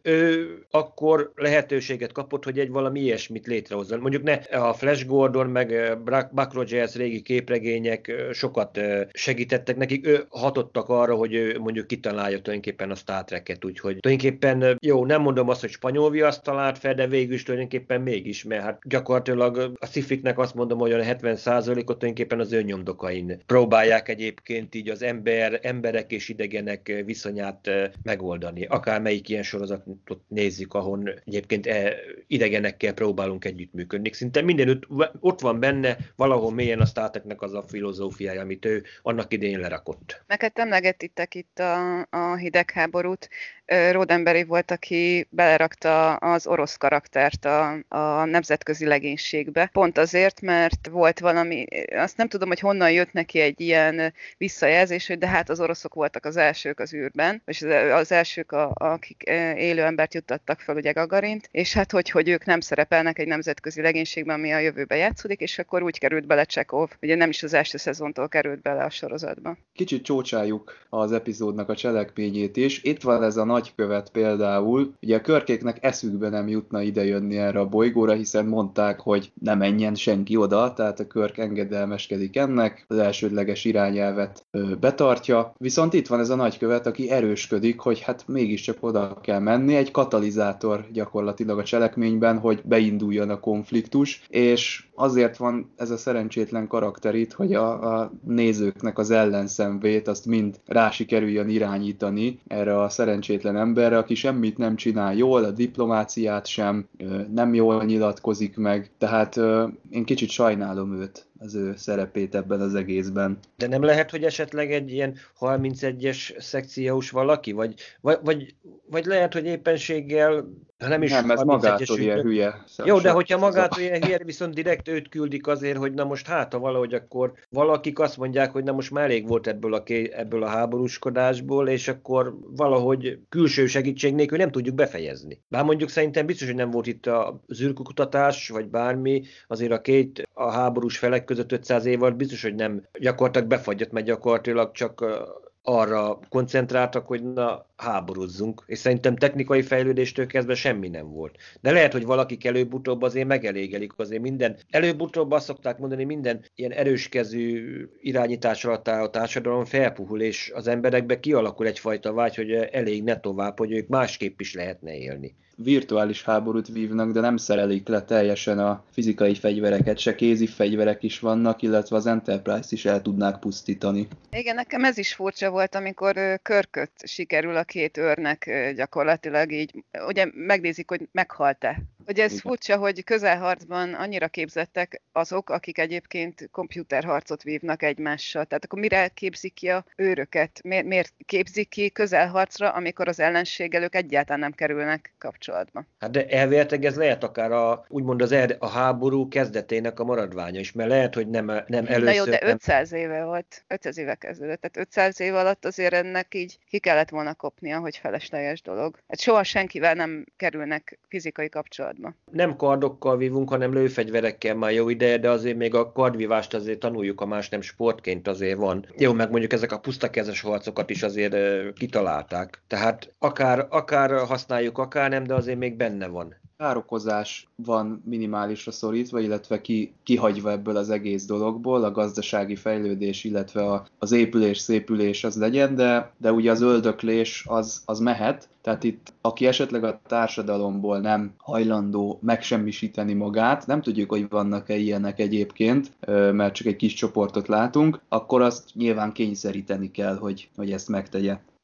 ő akkor lehetőséget kapott, hogy egy valami ilyesmit létrehozzon. Mondjuk ne a Flash Gordon, meg Buck Rogers régi képregények sokat segítettek nekik, ő hatottak arra, hogy ő mondjuk kitalálja tulajdonképpen a Star Trek-et, úgyhogy tulajdonképpen jó, nem mondom azt, hogy spanyol viaszt talált fel, de végül is tulajdonképpen mégis, mert hát gyakorlatilag a sci-fiknek azt mondom, hogy a hetven százalékot tulajdonképpen az ő nyomdokain próbálják egyébként így az ember, emberek és idegenek viszonyát megoldani. Akármelyik ilyen sorozatot nézzük, ahol egyébként idegenekkel próbálunk együttműködni. Szinte mindenütt ott van benne valahol mélyen a Star Treknek az a filozófiája, amit ő annak idején lerakott. Neked emlegettitek itt a, a hidegháborút. Roddenberry volt, aki belerakta az orosz karaktert a, a nemzetközi legénységbe. Pont azért, mert volt valami, azt nem tudom, hogy honnan jött neki egy ilyen visszajelzés, hogy de hát az oroszok voltak az elsők az űrben, és az elsők, a, akik élő embert juttattak fel, ugye Gagarint, és hát hogy, hogy ők nem szerepelnek egy nemzetközi legénységben, ami a jövőben játszódik, és akkor úgy került bele Csekov, ugye nem is az első szezontól került bele a sorozatba. Kicsit csócsáljuk az epizódnak a cselekményét is. Itt van ez a nagykövet például. Ugye a Körkéknek eszükbe nem jutna idejönni erre a bolygóra, hiszen mondták, hogy ne menjen senki oda, tehát a Körk engedelmeskedik ennek, az elsődleges irányelvet ö, betartja. Viszont itt van ez a nagykövet, aki erősködik, hogy hát mégiscsak oda kell menni, egy katalizátor gyakorlatilag a cselekményben, hogy beinduljon a konfliktus, és azért van ez a szerencsétlen karakter itt, hogy a, a nézőknek az ellenszenvét azt mind rá sikerüljön irányítani erre a szerencsétlen emberre, aki semmit nem csinál jól, a diplomáciát sem, nem jól nyilatkozik meg, tehát én kicsit sajnálom őt, az ő szerepét ebben az egészben. De nem lehet, hogy esetleg egy ilyen harmincegyes szekciós valaki? Vagy, vagy, vagy, vagy lehet, hogy éppenséggel, ha nem is nem, ez magától ilyen hülye. Jó, de hogyha magától ilyen hülye, viszont direkt őt küldik azért, hogy na most hát, ha valahogy akkor valakik azt mondják, hogy na most már elég volt ebből a, ké, ebből a háborúskodásból, és akkor valahogy külső segítség nélkül nem tudjuk befejezni. Bár mondjuk szerintem biztos, hogy nem volt itt az űrkutatás, vagy bármi, azért a két a háborús felek között ötszáz év alatt biztos, hogy nem gyakorlatilag befagyott, mert gyakorlatilag csak arra koncentráltak, hogy na, háborúzzunk, és szerintem technikai fejlődéstől kezdve semmi nem volt. De lehet, hogy valakik előbb-utóbb azért megelégelik, azért minden, előbb-utóbb azt szokták mondani, minden ilyen erőskezű irányítás alatt áll a társadalom felpuhul, és az emberekbe kialakul egyfajta vágy, hogy elég ne tovább, hogy ők másképp is lehetne élni. Virtuális háborút vívnak, de nem szerelik le teljesen a fizikai fegyvereket, se kézi fegyverek is vannak, illetve az Enterprise-t is el tudnák pusztítani. Igen, nekem ez is furcsa volt, amikor Körköt sikerül a két őrnek gyakorlatilag így, ugye megnézik, hogy meghalt-e. Ugye ez Igen. furcsa, hogy közelharcban annyira képzettek azok, akik egyébként komputerharcot vívnak egymással. Tehát akkor mire képzik ki a őröket? Miért, miért képzik ki közelharcra, amikor az ellenséggel ők egyáltalán nem kerülnek kapcsolatba? Hát de elvéletileg ez lehet akár a, úgymond az er, a háború kezdetének a maradványa is, mert lehet, hogy nem, nem először... Na jó, de nem... ötszáz éve volt, ötszáz éve kezdődött, tehát ötszáz év alatt azért ennek így ki kellett volna kopnia, hogy felesleges dolog. Hát soha senkivel nem kerülnek fizikai kapcsolatba. Nem kardokkal vívunk, hanem lőfegyverekkel már jó ideje, de azért még a kardvívást azért tanuljuk, a más nem sportként azért van. Jó, meg mondjuk ezek a pusztakezes harcokat is azért uh, kitalálták. Tehát akár, akár használjuk, akár nem, de azért még benne van. Károkozás van minimálisra szorítva, illetve ki, kihagyva ebből az egész dologból, a gazdasági fejlődés, illetve a, az épülés, szépülés az legyen, de, de ugye az öldöklés az, az mehet, tehát itt aki esetleg a társadalomból nem hajlandó megsemmisíteni magát, nem tudjuk, hogy vannak-e ilyenek egyébként, mert csak egy kis csoportot látunk, akkor azt nyilván kényszeríteni kell, hogy, hogy ezt megtegye.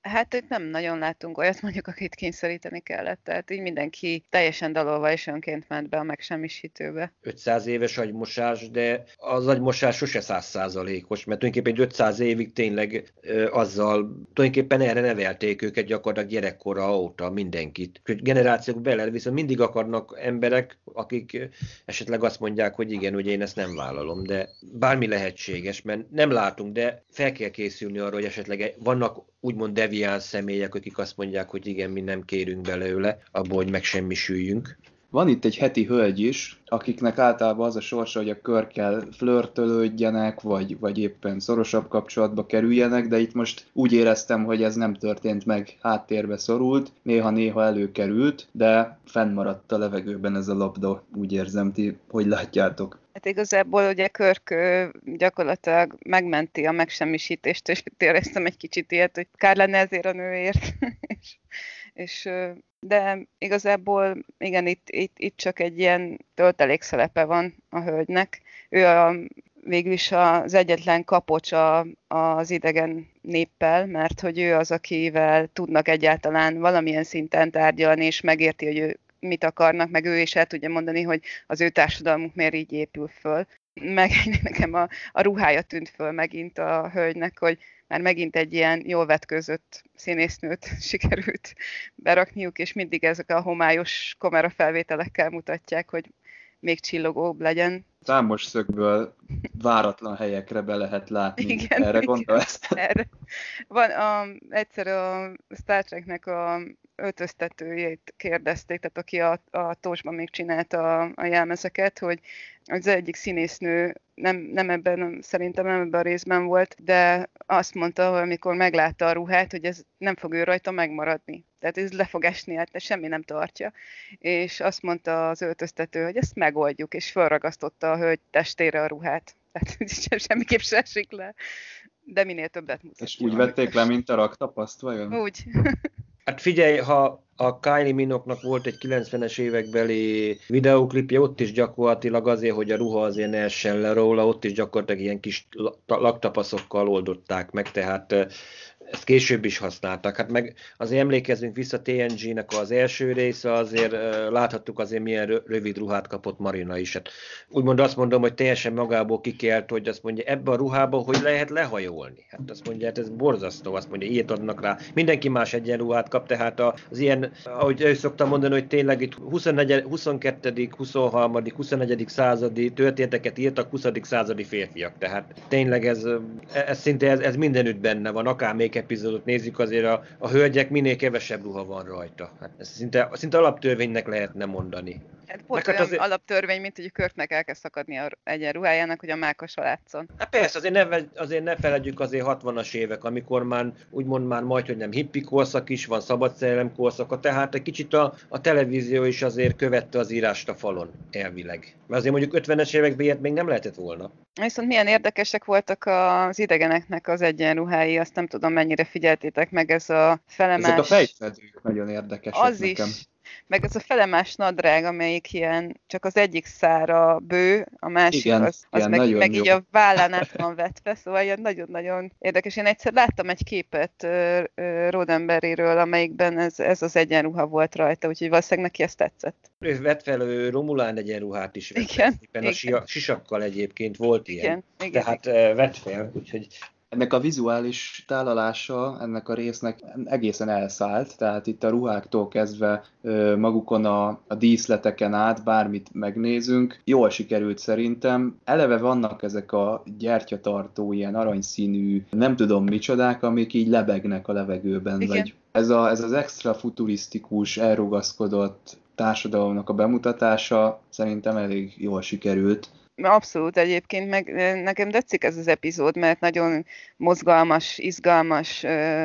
Hát itt nem nagyon láttunk olyat, mondjuk, akit kényszeríteni kellett. Tehát így mindenki teljesen dalolva és önként ment be a megsemmisítőbe. ötszáz éves agymosás, de az agymosás sose száz százalékos, mert tulajdonképpen egy ötszáz évig tényleg ö, azzal, tulajdonképpen erre nevelték őket gyakorlatilag gyerekkora óta mindenkit. Generációk bele, viszont mindig akarnak emberek, akik esetleg azt mondják, hogy igen, ugye én ezt nem vállalom, de bármi lehetséges, mert nem látunk, de fel kell készülni arra, hogy esetleg vannak úgymond deviáns személyek, akik azt mondják, hogy igen, mi nem kérünk belőle, abból, hogy megsemmisüljünk. Van itt egy heti hölgy is, akiknek általában az a sorsa, hogy a körkkel flörtölődjenek, vagy, vagy éppen szorosabb kapcsolatba kerüljenek, de itt most úgy éreztem, hogy ez nem történt meg, háttérbe szorult, néha-néha előkerült, de fennmaradt a levegőben ez a labda, úgy érzem, ti hogy látjátok? Hát igazából ugye Kirk gyakorlatilag megmenti a megsemmisítést, és éreztem egy kicsit ilyet, hogy kár lenne ezért a nőért. és, és, de igazából igen, itt, itt, itt csak egy ilyen töltelékszelepe van a hölgynek. Ő a, végül is az egyetlen kapocs a, az idegen néppel, mert hogy ő az, akivel tudnak egyáltalán valamilyen szinten tárgyalni, és megérti, hogy ő mit akarnak, meg ő is el tudja mondani, hogy az ő társadalmuk miért így épül föl. Meg nekem a, a ruhája tűnt föl megint a hölgynek, hogy már megint egy ilyen jól vetközött színésznőt sikerült berakniuk, és mindig ezek a homályos kamerafelvételekkel mutatják, hogy még csillogóbb legyen. Számos szögből váratlan helyekre be lehet látni. Igen, erre gondolsz? Erre. Van a, egyszer a Star Treknek a öltöztetőjét kérdezték, tehát aki a, a Tósban még csinálta a, a jelmezeket, hogy az egyik színésznő nem, nem ebben, szerintem nem ebben a részben volt, de azt mondta, hogy amikor meglátta a ruhát, hogy ez nem fog ő rajta megmaradni. Tehát ez le fog esni, hát semmi nem tartja. És azt mondta az öltöztető, hogy ezt megoldjuk, és felragasztotta a hölgy testére a ruhát. Tehát semmiképp se esik le, de minél többet mutatja. És úgy vették le, mint a raktapaszt, vajon? Úgy. Hát figyelj, ha a Kylie Minogue-nak volt egy kilencvenes évekbeli videóklipje, ott is gyakorlatilag azért, hogy a ruha azért ne essen le róla, ott is gyakorlatilag ilyen kis laktapaszokkal oldották meg, tehát ezt később is használtak. Hát meg azért emlékezzünk vissza té en gé-nek az első része, azért láthattuk azért milyen rövid ruhát kapott Marina is. Hát úgymond azt mondom, hogy teljesen magából kikelt, hogy azt mondja, ebbe a ruhába hogy lehet lehajolni. Hát azt mondja, hát ez borzasztó, azt mondja, ilyet adnak rá. Mindenki más egyenruhát kap, tehát az ilyen, ahogy ő szoktam mondani, hogy tényleg itt huszonkettő huszonharmadik huszonegyedik századi történeteket írtak huszadik századi férfiak. Tehát tényleg ez, ez szinte ez, ez mindenütt benne van, akár még epizódot nézzük, azért a, a hölgyek minél kevesebb ruha van rajta. Hát ez szinte, szinte alaptörvénynek lehetne mondani. Hát pont olyan azért... alaptörvény, mint hogy Kirknek elkezd szakadni a egyenruhájának, hogy a mákos látszon. Hát persze, azért ne, azért ne feledjük azért hatvanas évek, amikor már úgymond már majd, hogy nem hippi korszak is van, szabadszerelem korszaka, tehát egy kicsit a, a televízió is azért követte az írást a falon, elvileg. Mert azért mondjuk ötvenes években ilyet még nem lehetett volna. Viszont milyen érdekesek voltak az idegeneknek az egyenruhái, azt nem tudom, mennyire figyeltétek meg, ez a felemás... Ezek a fejfedők nagyon érdekesek az nekem. Is. Meg ez a felemás nadrág, amelyik ilyen, csak az egyik szára bő, a másik igen, az, az igen, meg, meg így jó. a vállán át van vetve, szóval ilyen nagyon-nagyon érdekes. Én egyszer láttam egy képet uh, uh, Roddenberryről, amelyikben ez, ez az egyenruha volt rajta, úgyhogy valószínűleg neki ezt tetszett. Ő vett fel ő Romulán egyenruhát is vett igen, fel, igen. a sisakkal egyébként volt ilyen, igen, igen, tehát igen. vett fel, úgyhogy... Ennek a vizuális tálalása ennek a résznek egészen elszállt, tehát itt a ruháktól kezdve magukon a, a díszleteken át bármit megnézünk, jól sikerült szerintem. Eleve vannak ezek a gyertyatartó, ilyen aranyszínű, nem tudom micsodák, amik így lebegnek a levegőben. Vagy ez, a, ez az extra futurisztikus, elrugaszkodott társadalomnak a bemutatása szerintem elég jól sikerült. Abszolút egyébként, meg nekem tetszik ez az epizód, mert nagyon mozgalmas, izgalmas,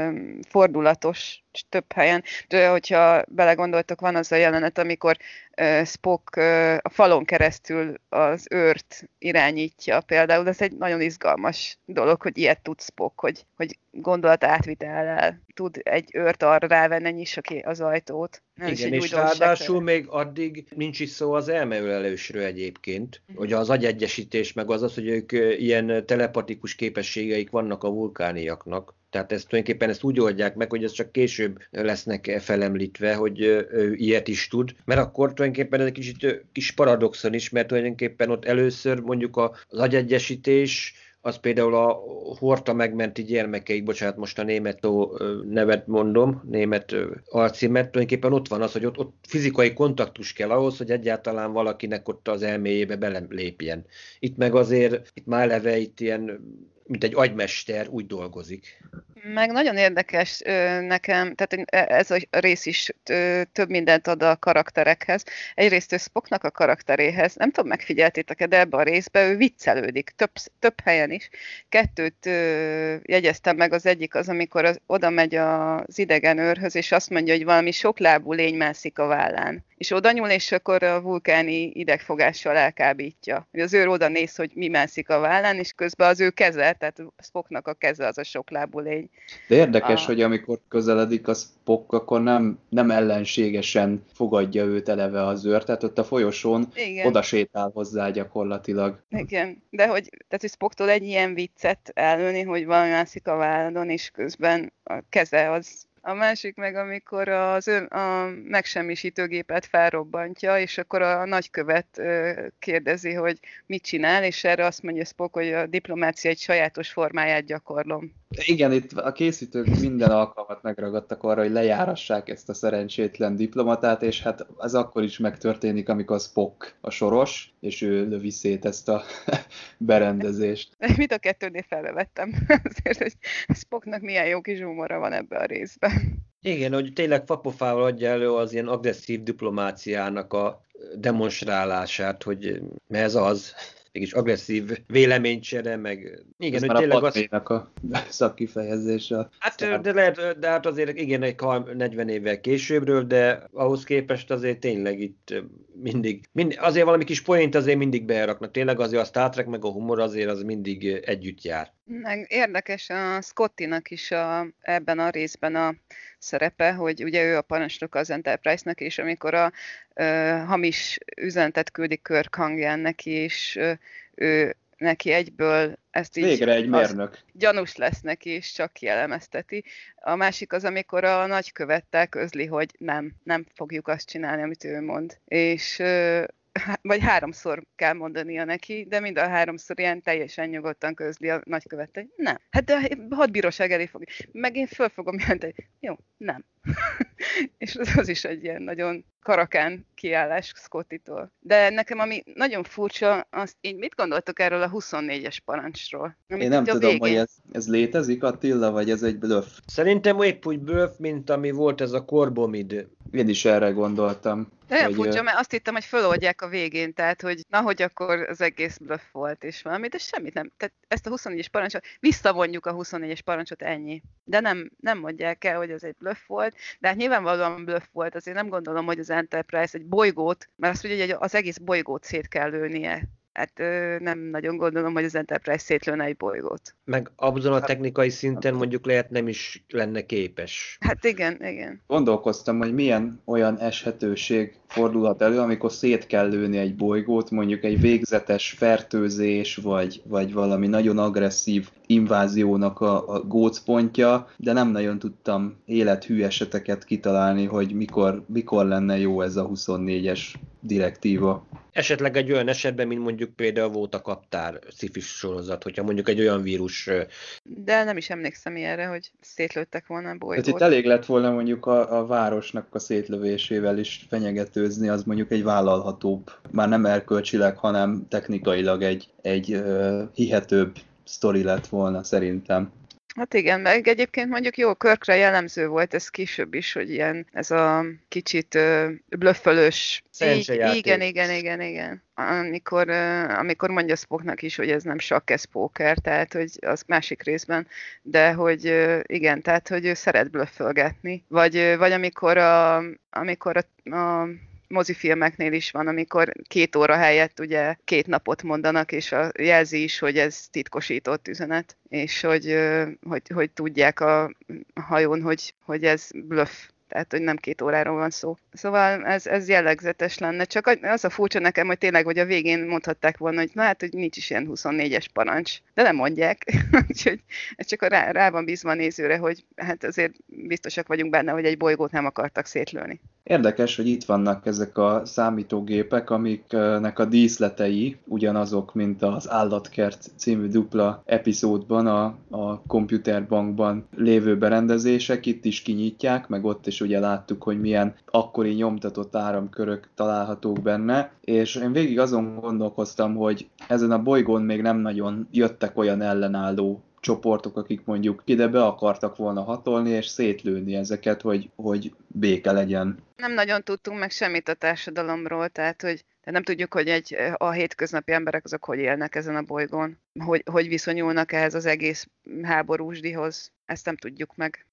fordulatos több helyen. De hogyha belegondoltok, van az a jelenet, amikor Spock a falon keresztül az őrt irányítja például. Ez egy nagyon izgalmas dolog, hogy ilyet tud Spock, hogy, hogy gondolat átvitellel tud egy őrt arra rávenni, nyissa ki az ajtót. Ez igen, és ráadásul még addig nincs is szó az elmeülelősről egyébként, uh-huh. hogy az agyegyesítés meg az az, hogy ők ilyen telepatikus képességeik vannak a vulkániaknak. Tehát ezt tulajdonképpen ezt úgy oldják meg, hogy ez csak később lesznek felemlítve, hogy ő ilyet is tud. Mert akkor tulajdonképpen ez egy kicsit kis paradoxon is, mert tulajdonképpen ott először mondjuk az agyegyesítés, az például a Horta megmenti gyermekeik, bocsánat, most a német nevet mondom, német alcímet, tulajdonképpen ott van az, hogy ott, ott fizikai kontaktus kell ahhoz, hogy egyáltalán valakinek ott az elméjébe belépjen. Itt meg azért, itt már eleve itt ilyen, mint egy agymester úgy dolgozik. Meg nagyon érdekes nekem, tehát ez a rész is több mindent ad a karakterekhez. Egyrészt ő Spocknak a karakteréhez, nem tudom, megfigyeltétek-e, de ebben a részben ő viccelődik, több, több helyen is. Kettőt jegyeztem meg, az egyik az, amikor az, oda megy az idegen őrhöz, és azt mondja, hogy valami soklábú lény mászik a vállán. És oda nyúl, és akkor a vulkáni idegfogással elkábítja. Az őr oda néz, hogy mi mászik a vállán, és közben az ő keze, tehát Spocknak a keze az a soklábú lény. De érdekes, a... hogy amikor közeledik a Spock, akkor nem, nem ellenségesen fogadja őt eleve az őr, tehát ott a folyosón igen. Oda sétál hozzá gyakorlatilag. Igen, de hogy, tehát, hogy Spocktól egy ilyen viccet elölni, hogy valami mászik a válladon, és közben a keze az... A másik meg, amikor az ön, a megsemmisítőgépet felrobbantja, és akkor a nagykövet kérdezi, hogy mit csinál, és erre azt mondja Spock, hogy a diplomácia egy sajátos formáját gyakorlom. Igen, itt a készítők minden alkalmat megragadtak arra, hogy lejárassák ezt a szerencsétlen diplomatát, és hát ez akkor is megtörténik, amikor Spock a soros, és ő lövi szét ezt a berendezést. Mind a kettőnél felvettem azért, hogy Spocknak milyen jó kis humora van ebbe a részben. Igen, hogy tényleg fapofával adja elő az ilyen agresszív diplomáciának a demonstrálását, hogy ez az, mégis agresszív véleménycsere, meg... Igen, ez hogy már tényleg a Padménak az... a szakkifejezése. Hát, de lehet, de hát azért igen, egy negyven évvel későbbről, de ahhoz képest azért tényleg itt mindig, mindig azért valami kis poént azért mindig beraknak. Tényleg azért a Star Trek meg a humor azért az mindig együtt jár. Meg érdekes a Scottynak is a, ebben a részben a szerepe, hogy ugye ő a parancsnok az Enterprise-nak, és amikor a ö, hamis üzenetet küldik Kirk hangján neki, és ö, ő neki egyből ezt így... Végre egy mérnök. Gyanús lesz neki, és csak kielemezteti. A másik az, amikor a nagykövettel közli, hogy nem, nem fogjuk azt csinálni, amit ő mond. És... Ö, vagy háromszor kell mondania neki, de mind a háromszor ilyen teljesen nyugodtan közli a nagykövet, hogy nem. Hát de hadbíróság elé fog. Meg én föl fogom jelenteni, jó, nem. És az is egy ilyen nagyon karakán kiállás Scottytól. De nekem ami nagyon furcsa, azt így mit gondoltok erről a huszonnégyes parancsról? Én nem tudom, végén... hogy ez, ez létezik, Attila, vagy ez egy bluff? Szerintem épp úgy bluff, mint ami volt ez a Corbomid. Én is erre gondoltam. De olyan furcsa, mert azt hittem, hogy föloldják a végén, tehát hogy na, hogy akkor az egész bluff volt és valami, de semmit nem. Tehát ezt a huszonnégyes parancsot, visszavonjuk a huszonnégyes parancsot, ennyi. De nem, nem mondják el, hogy ez egy bluff volt, de hát nyilvánvalóan bluff volt, azért nem gondolom, hogy az Enterprise egy bolygót, mert azt mondja, hogy az egész bolygót szét kell lőnie. Hát ö, nem nagyon gondolom, hogy az Enterprise szétlőne egy bolygót. Meg abban a technikai szinten mondjuk lehet nem is lenne képes. Hát igen, igen. Gondolkoztam, hogy milyen olyan eshetőség fordulhat elő, amikor szét kell lőni egy bolygót, mondjuk egy végzetes fertőzés, vagy, vagy valami nagyon agresszív inváziónak a, a gócpontja, de nem nagyon tudtam élethű eseteket kitalálni, hogy mikor, mikor lenne jó ez a huszonnégyes direktíva. Esetleg egy olyan esetben, mint mondjuk például volt a Kaptár sci-fi sorozat, hogyha mondjuk egy olyan vírus... De nem is emlékszem ilyenre, hogy szétlőttek volna a bolygót. Hát itt elég lett volna mondjuk a, a városnak a szétlövésével is fenyegetőzni, az mondjuk egy vállalhatóbb, már nem erkölcsileg, hanem technikailag egy, egy uh, hihetőbb sztori lett volna szerintem. Hát igen, meg egyébként mondjuk jó, Kirkre jellemző volt ez később is, hogy ilyen ez a kicsit uh, blöffölős. Igen, igen, igen, igen. Amikor, uh, amikor mondja Spocknak is, hogy ez nem sakk, ez póker, tehát hogy az másik részben, de hogy uh, igen, tehát hogy ő szeret blöffölgetni. Vagy, uh, vagy amikor a, amikor a, a mozifilmeknél is van, amikor két óra helyett ugye két napot mondanak, és a, jelzi is, hogy ez titkosított üzenet, és hogy, hogy, hogy tudják a hajón, hogy, hogy ez bluff. Tehát, hogy nem két óráról van szó. Szóval ez, ez jellegzetes lenne. Csak az a furcsa nekem, hogy tényleg, hogy a végén mondhatták volna, hogy na hát, hogy nincs is ilyen huszonnégyes parancs. De nem mondják. Úgyhogy ez csak rá, rá van bízva a nézőre, hogy hát azért biztosak vagyunk benne, hogy egy bolygót nem akartak szétlőni. Érdekes, hogy itt vannak ezek a számítógépek, amiknek a díszletei ugyanazok, mint az Állatkert című dupla epizódban, a, a komputerbankban lévő berendezések, itt is kinyitják, meg ott is ugye láttuk, hogy milyen akkori nyomtatott áramkörök találhatók benne, és én végig azon gondolkoztam, hogy ezen a bolygón még nem nagyon jöttek olyan ellenálló csoportok, akik mondjuk ide be akartak volna hatolni, és szétlőni ezeket, hogy, hogy béke legyen. Nem nagyon tudtunk meg semmit a társadalomról, tehát hogy de nem tudjuk, hogy egy, a hétköznapi emberek azok hogy élnek ezen a bolygón, hogy, hogy viszonyulnak ehhez az egész háborúsdihoz, ezt nem tudjuk meg.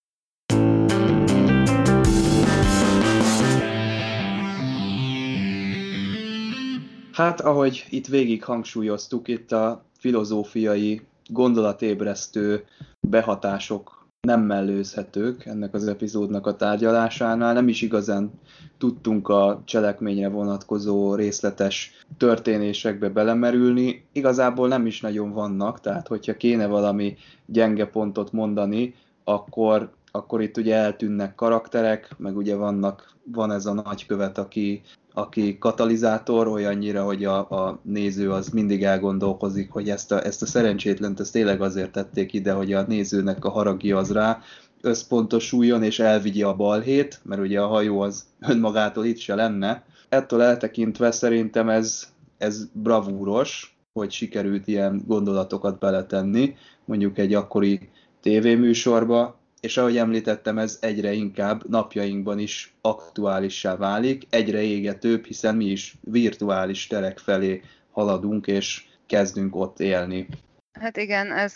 Hát, ahogy itt végig hangsúlyoztuk, itt a filozófiai gondolatébresztő behatások nem mellőzhetők ennek az epizódnak a tárgyalásánál. Nem is igazán tudtunk a cselekményre vonatkozó részletes történésekbe belemerülni. Igazából nem is nagyon vannak, tehát hogyha kéne valami gyenge pontot mondani, akkor, akkor itt ugye eltűnnek karakterek, meg ugye vannak, van ez a nagykövet, aki aki katalizátor, olyannyira, hogy a, a néző az mindig elgondolkozik, hogy ezt a, ezt a szerencsétlent ezt tényleg azért tették ide, hogy a nézőnek a haragja az rá összpontosuljon és elvigye a balhét, mert ugye a hajó az önmagától itt se lenne. Ettől eltekintve szerintem ez, ez bravúros, hogy sikerült ilyen gondolatokat beletenni, mondjuk egy akkori tévéműsorba, és ahogy említettem, ez egyre inkább napjainkban is aktuálissá válik, egyre égetőbb, hiszen mi is virtuális terek felé haladunk, és kezdünk ott élni. Hát igen, ez,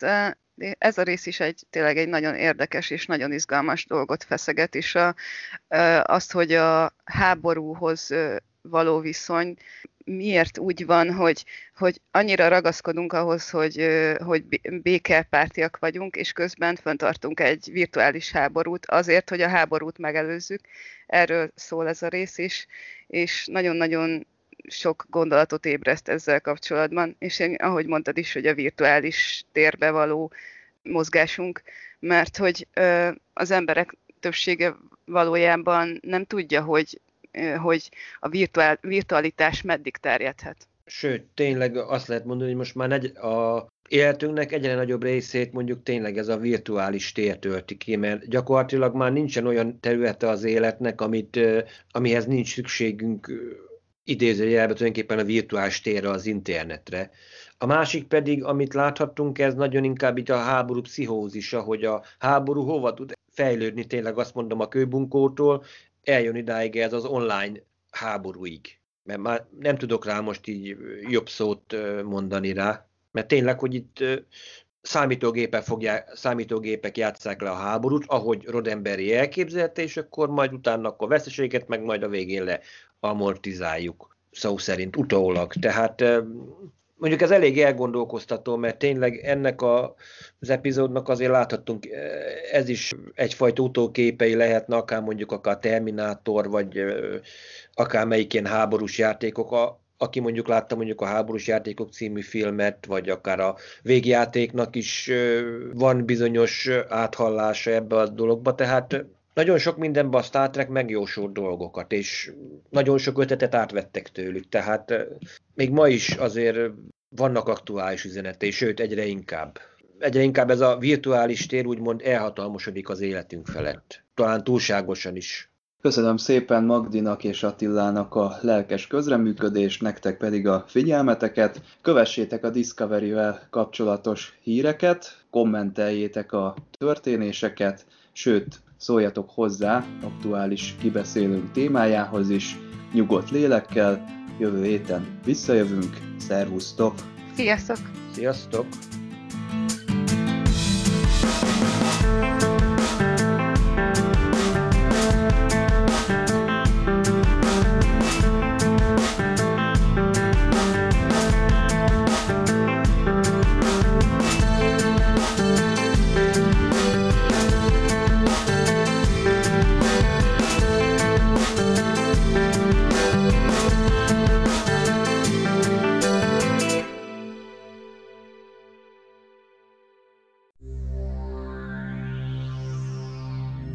ez a rész is egy, tényleg egy nagyon érdekes és nagyon izgalmas dolgot feszeget, és a, azt, hogy a háborúhoz való viszony miért úgy van, hogy, hogy annyira ragaszkodunk ahhoz, hogy, hogy békepártiak vagyunk, és közben fenntartunk egy virtuális háborút azért, hogy a háborút megelőzzük. Erről szól ez a rész is, és nagyon-nagyon sok gondolatot ébreszt ezzel kapcsolatban, és én, ahogy mondtad is, hogy a virtuális térbe való mozgásunk, mert hogy az emberek többsége valójában nem tudja, hogy hogy a virtuál, virtualitás meddig terjedhet. Sőt, tényleg azt lehet mondani, hogy most már negy, a életünknek egyre nagyobb részét mondjuk tényleg ez a virtuális tér tölti ki, mert gyakorlatilag már nincsen olyan területe az életnek, amit, amihez nincs szükségünk idézőjelben tulajdonképpen a virtuális térre, az internetre. A másik pedig, amit láthattunk, ez nagyon inkább itt a háború pszichózisa, hogy a háború hova tud fejlődni, tényleg azt mondom a kőbunkótól, eljön idáig ez az online háborúig. Mert már nem tudok rá most így jobb szót mondani rá, mert tényleg, hogy itt számítógépek, fogják, számítógépek játsszák le a háborút, ahogy Roddenberry elképzelte, és akkor majd utána akkor veszteséget, meg majd a végén le amortizáljuk, szó szerint utólag. Tehát mondjuk ez elég elgondolkoztató, mert tényleg ennek a, az epizódnak azért láthattunk, ez is egyfajta utóképei lehetne, akár mondjuk akár Terminátor, vagy akár melyik ilyen háborús játékok, a, aki mondjuk látta mondjuk a Háborús Játékok című filmet, vagy akár a végjátéknak is van bizonyos áthallása ebbe a dologba, tehát nagyon sok mindenben a Star Trek megjósolt dolgokat, és nagyon sok ötletet átvettek tőlük, tehát még ma is azért vannak aktuális üzenetei, sőt egyre inkább. Egyre inkább ez a virtuális tér úgymond elhatalmasodik az életünk felett. Talán túlságosan is. Köszönöm szépen Magdinak és Attilának a lelkes közreműködést, nektek pedig a figyelmeteket. Kövessétek a Discovery-vel kapcsolatos híreket, kommenteljétek a történéseket, sőt, szóljatok hozzá aktuális kibeszélőnk témájához is, nyugodt lélekkel. Jövő héten visszajövünk. Szervusztok! Sziasztok! Sziasztok!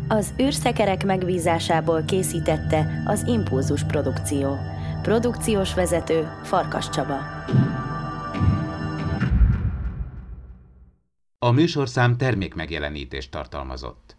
Az űrszekerek megbízásából készítette az Impulzus Produkció. Produkciós vezető Farkas Csaba. A műsorszám termékmegjelenítést tartalmazott.